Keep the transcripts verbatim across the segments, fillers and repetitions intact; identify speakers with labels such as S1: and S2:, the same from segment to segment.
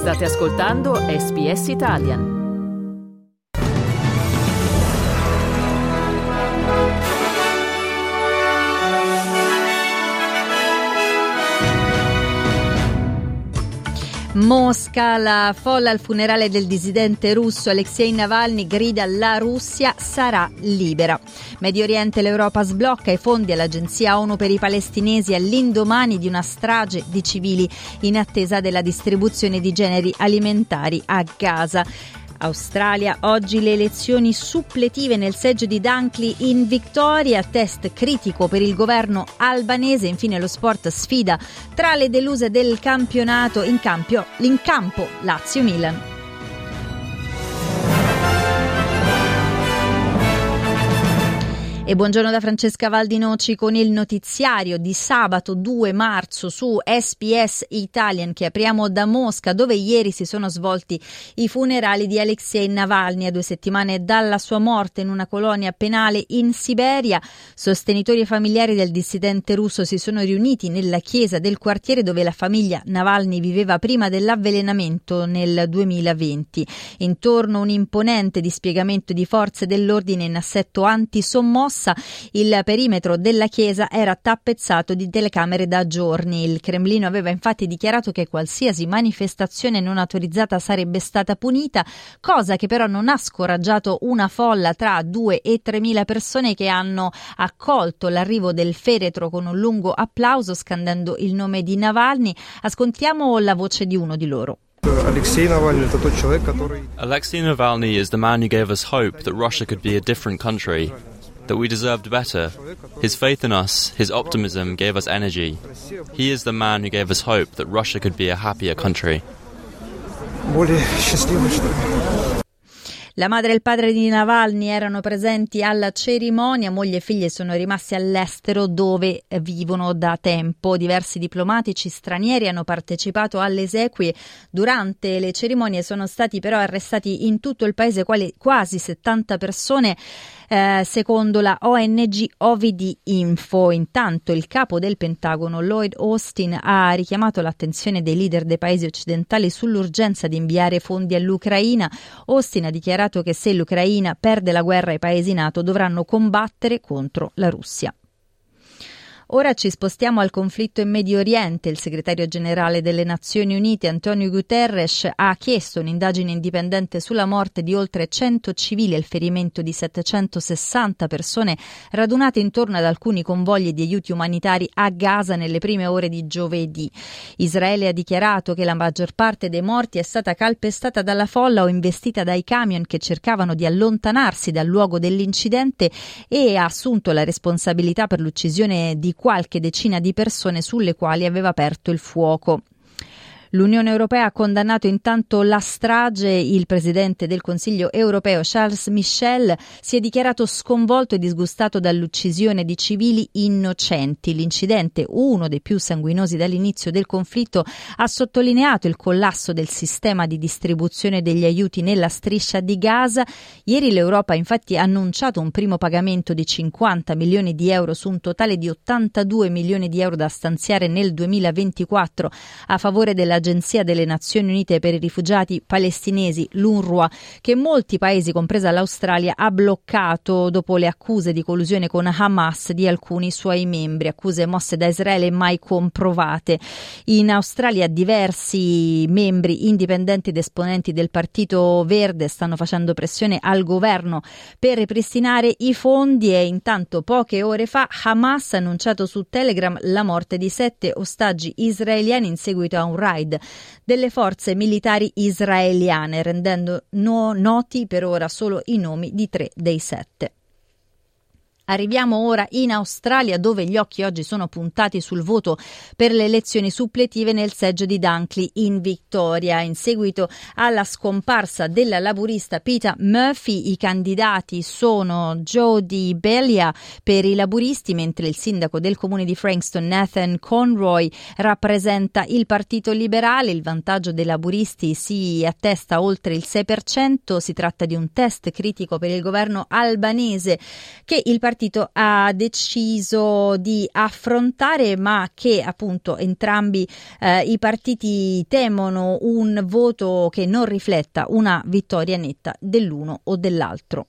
S1: State ascoltando S B S Italian.
S2: Mosca, la folla al funerale del dissidente russo Alexei Navalny grida la Russia sarà libera. Medio Oriente, l'Europa sblocca i fondi all'Agenzia ONU per i palestinesi all'indomani di una strage di civili in attesa della distribuzione di generi alimentari a Gaza. Australia, oggi le elezioni suppletive nel seggio di Dunkley in Victoria, test critico per il governo albanese. Infine lo sport, sfida tra le deluse del campionato, in campo, in campo Lazio-Milan. E buongiorno da Francesca Valdinoci con il notiziario di sabato due marzo su S B S Italian, che apriamo da Mosca, dove ieri si sono svolti i funerali di Alexei Navalny a due settimane dalla sua morte in una colonia penale in Siberia. Sostenitori e familiari del dissidente russo si sono riuniti nella chiesa del quartiere dove la famiglia Navalny viveva prima dell'avvelenamento nel duemilaventi. Intorno un imponente dispiegamento di forze dell'ordine in assetto antisommossa. Il perimetro della chiesa era tappezzato di telecamere da giorni. Il Cremlino aveva infatti dichiarato che qualsiasi manifestazione non autorizzata sarebbe stata punita, cosa che però non ha scoraggiato una folla tra due e tremila persone che hanno accolto l'arrivo del feretro con un lungo applauso, scandendo il nome di Navalny. Ascoltiamo la voce di uno di loro.
S3: Alexei Navalny это тот человек, который
S4: Alexei Navalny is the man who gave us hope that Russia could be a different country, that we deserved better. His faith in us, his optimism gave us energy. He is the man who gave us hope that Russia could be a happier country.
S3: более счастливый, что ли.
S2: La madre e il padre di Navalny erano presenti alla cerimonia. Moglie e figlie sono rimasti all'estero, dove vivono da tempo. Diversi diplomatici stranieri hanno partecipato alle esequie. Durante le cerimonie sono stati però arrestati in tutto il paese quasi settanta persone, eh, secondo la O N G O V D Info. Intanto il capo del Pentagono, Lloyd Austin, ha richiamato l'attenzione dei leader dei paesi occidentali sull'urgenza di inviare fondi all'Ucraina. Austin ha dichiarato che se l'Ucraina perde la guerra, i paesi NATO dovranno combattere contro la Russia. Ora ci spostiamo al conflitto in Medio Oriente. Il segretario generale delle Nazioni Unite, Antonio Guterres, ha chiesto un'indagine indipendente sulla morte di oltre cento civili e il ferimento di settecentosessanta persone radunate intorno ad alcuni convogli di aiuti umanitari a Gaza nelle prime ore di giovedì. Israele ha dichiarato che la maggior parte dei morti è stata calpestata dalla folla o investita dai camion che cercavano di allontanarsi dal luogo dell'incidente, e ha assunto la responsabilità per l'uccisione di qualche decina di persone sulle quali aveva aperto il fuoco. L'Unione Europea ha condannato intanto la strage. Il presidente del Consiglio europeo, Charles Michel, si è dichiarato sconvolto e disgustato dall'uccisione di civili innocenti. L'incidente, uno dei più sanguinosi dall'inizio del conflitto, ha sottolineato il collasso del sistema di distribuzione degli aiuti nella striscia di Gaza. Ieri l'Europa ha infatti annunciato un primo pagamento di cinquanta milioni di euro su un totale di ottantadue milioni di euro da stanziare nel duemilaventiquattro a favore della Agenzia delle Nazioni Unite per i rifugiati palestinesi, l'U N R W A, che molti paesi, compresa l'Australia, ha bloccato dopo le accuse di collusione con Hamas di alcuni suoi membri, accuse mosse da Israele mai comprovate. In Australia diversi membri indipendenti ed esponenti del Partito Verde stanno facendo pressione al governo per ripristinare i fondi, e intanto poche ore fa Hamas ha annunciato su Telegram la morte di sette ostaggi israeliani in seguito a un raid delle forze militari israeliane, rendendo no- noti per ora solo i nomi di tre dei sette. Arriviamo ora in Australia, dove gli occhi oggi sono puntati sul voto per le elezioni suppletive nel seggio di Dunkley in Victoria. In seguito alla scomparsa della laburista Peta Murphy, i candidati sono Jodie Belia per i laburisti, mentre il sindaco del comune di Frankston, Nathan Conroy, rappresenta il Partito Liberale. Il vantaggio dei laburisti si attesta oltre il sei per cento. Si tratta di un test critico per il governo albanese che il Partito partito ha deciso di affrontare, ma che appunto entrambi eh, i partiti temono un voto che non rifletta una vittoria netta dell'uno o dell'altro.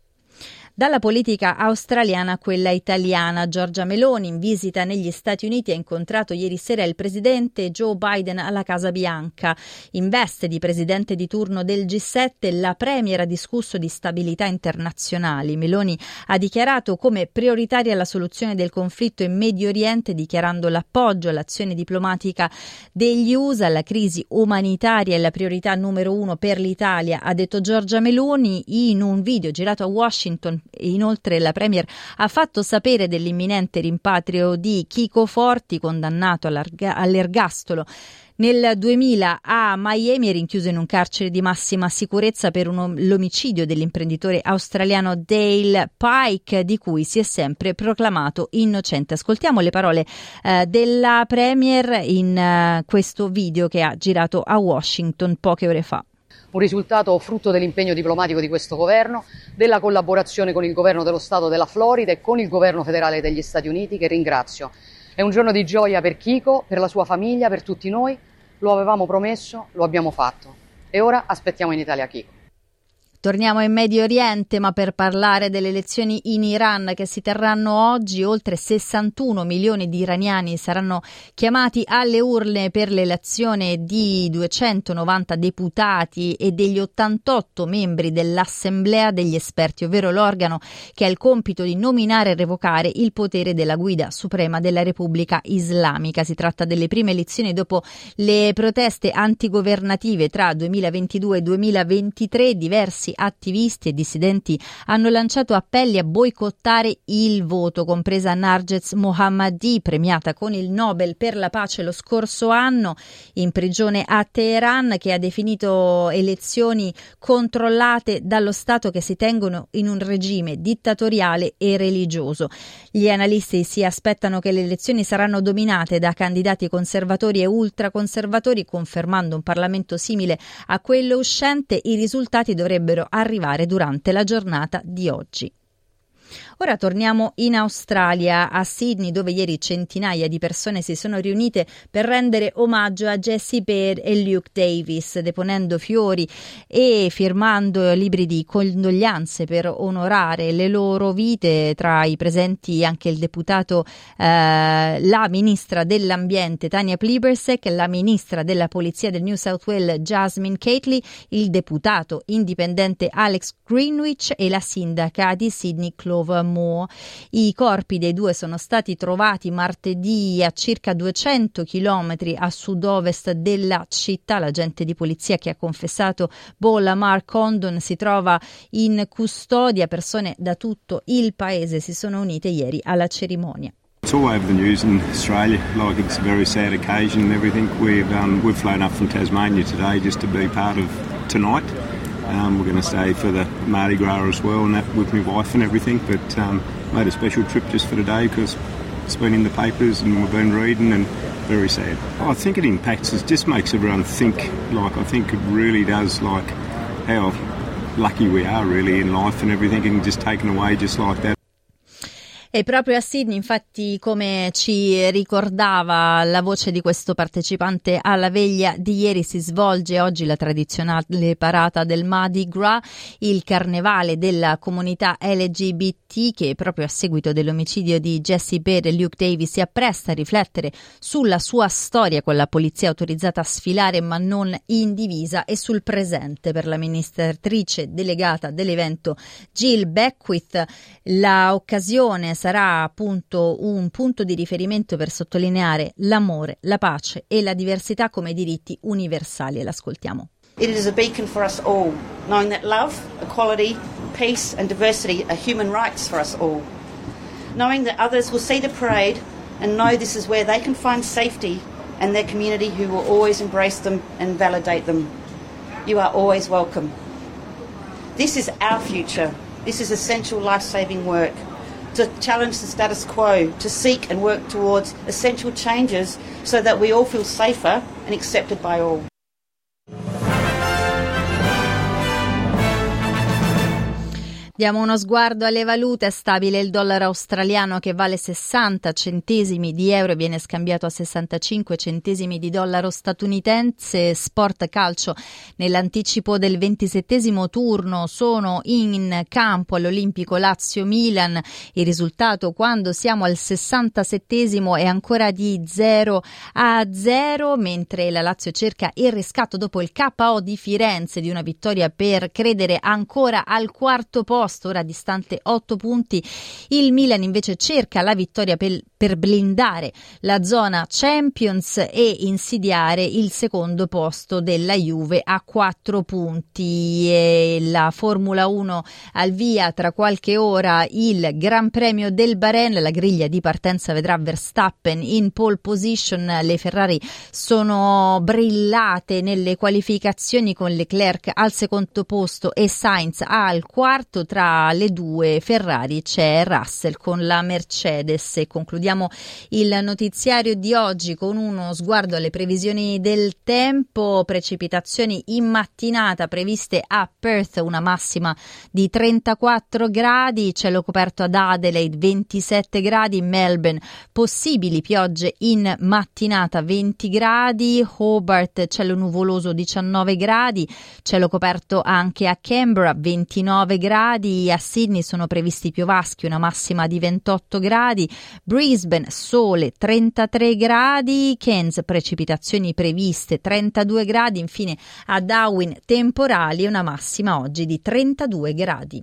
S2: Dalla politica australiana a quella italiana, Giorgia Meloni, in visita negli Stati Uniti, ha incontrato ieri sera il presidente Joe Biden alla Casa Bianca. In veste di presidente di turno del G sette, la premier ha discusso di stabilità internazionali. Meloni ha dichiarato come prioritaria la soluzione del conflitto in Medio Oriente, dichiarando l'appoggio all'azione diplomatica degli U S A. La crisi umanitaria è la priorità numero uno per l'Italia, ha detto Giorgia Meloni in un video girato a Washington. Inoltre la premier ha fatto sapere dell'imminente rimpatrio di Chico Forti, condannato all'ergastolo nel duemila a Miami e rinchiuso in un carcere di massima sicurezza per un, l'omicidio dell'imprenditore australiano Dale Pike, di cui si è sempre proclamato innocente. Ascoltiamo le parole eh, della premier in eh, questo video che ha girato a Washington poche ore fa.
S5: Un risultato frutto dell'impegno diplomatico di questo governo, della collaborazione con il governo dello Stato della Florida e con il governo federale degli Stati Uniti, che ringrazio. È un giorno di gioia per Chico, per la sua famiglia, per tutti noi. Lo avevamo promesso, lo abbiamo fatto. E ora aspettiamo in Italia Chico.
S2: Torniamo in Medio Oriente, ma per parlare delle elezioni in Iran che si terranno oggi. Oltre sessantuno milioni di iraniani saranno chiamati alle urne per l'elezione di duecentonovanta deputati e degli ottantotto membri dell'Assemblea degli esperti, ovvero l'organo che ha il compito di nominare e revocare il potere della guida suprema della Repubblica Islamica. Si tratta delle prime elezioni dopo le proteste antigovernative tra duemilaventidue e duemilaventitré. Diversi attivisti e dissidenti hanno lanciato appelli a boicottare il voto, compresa Narges Mohammadi, premiata con il Nobel per la pace lo scorso anno, in prigione a Teheran, che ha definito elezioni controllate dallo Stato che si tengono in un regime dittatoriale e religioso. Gli analisti si aspettano che le elezioni saranno dominate da candidati conservatori e ultraconservatori, confermando un Parlamento simile a quello uscente. I risultati dovrebbero arrivare durante la giornata di oggi. Ora torniamo in Australia, a Sydney, dove ieri centinaia di persone si sono riunite per rendere omaggio a Jessie Baird e Luke Davis, deponendo fiori e firmando libri di condoglianze per onorare le loro vite. Tra i presenti anche il deputato, eh, la ministra dell'ambiente Tanya Plibersek, la ministra della polizia del New South Wales Jasmine Cately, il deputato indipendente Alex Greenwich e la sindaca di Sydney Clover Moore. I corpi dei due sono stati trovati martedì a circa duecento chilometri a sud-ovest della città. L'agente di polizia che ha confessato Bo Lamar Condon si trova in custodia. Persone da tutto il paese si sono unite ieri alla cerimonia.
S6: It's all over the news in Australia, like it's a very sad occasion and everything. We've um, we've flown up from Tasmania today just to be part of tonight. Um, we're going to stay for the Mardi Gras as well, and that with my wife and everything. But um, made a special trip just for today because it's been in the papers and we've been reading, and very sad. I think it impacts us, just makes everyone think. Like I think it really does, like how lucky we are really in life and everything, and just taken away just like that.
S2: E proprio a Sydney, infatti, come ci ricordava la voce di questo partecipante alla veglia di ieri, si svolge oggi la tradizionale parata del Mardi Gras, il carnevale della comunità L G B T, che proprio a seguito dell'omicidio di Jessie Baird e Luke Davis si appresta a riflettere sulla sua storia con la polizia autorizzata a sfilare ma non in divisa, e sul presente per l'amministratrice delegata dell'evento Jill Beckwith. La occasione sarà appunto un punto di riferimento per sottolineare l'amore, la pace e la diversità come diritti universali. L'ascoltiamo.
S7: It is a beacon for us all, knowing that love, equality, peace and diversity are human rights for us all. Knowing that others will see the parade and know this is where they can find safety, and their community who will always embrace them and validate them. You are always welcome. This is our future. This is essential life-saving work. To challenge the status quo, to seek and work towards essential changes so that we all feel safer and accepted by all.
S2: Diamo uno sguardo alle valute. Stabile il dollaro australiano che vale sessanta centesimi di euro e viene scambiato a sessantacinque centesimi di dollaro statunitense. Sport calcio, nell'anticipo del ventisettesimo turno sono in campo all'Olimpico Lazio-Milan. Il risultato quando siamo al sessantasettesimo è ancora di zero a zero, mentre la Lazio cerca il riscatto dopo il K O di Firenze di una vittoria per credere ancora al quarto posto, ora distante otto punti. Il Milan invece cerca la vittoria per, per blindare la zona Champions e insidiare il secondo posto della Juve a quattro punti. E la Formula uno al via tra qualche ora, il Gran Premio del Bahrain, la griglia di partenza vedrà Verstappen in pole position. Le Ferrari sono brillate nelle qualificazioni con Leclerc al secondo posto e Sainz al quarto. Tra le due Ferrari c'è Russell con la Mercedes. E concludiamo il notiziario di oggi con uno sguardo alle previsioni del tempo. Precipitazioni in mattinata previste a Perth, una massima di trentaquattro gradi, cielo coperto ad Adelaide ventisette gradi, Melbourne possibili piogge in mattinata venti gradi, Hobart cielo nuvoloso diciannove gradi, cielo coperto anche a Canberra ventinove gradi, a Sydney sono previsti piovaschi, una massima di ventotto gradi, Brisbane sole trentatré gradi, Cairns precipitazioni previste trentadue gradi, infine a Darwin temporali, una massima oggi di trentadue gradi.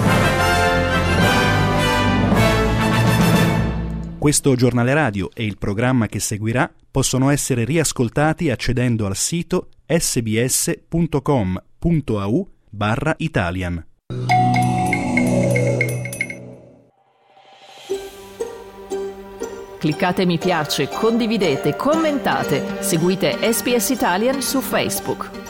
S8: Questo giornale radio e il programma che seguirà possono essere riascoltati accedendo al sito sbs punto com punto a u barra Italian.
S1: Cliccate mi piace, condividete, commentate, seguite S B S Italian su Facebook.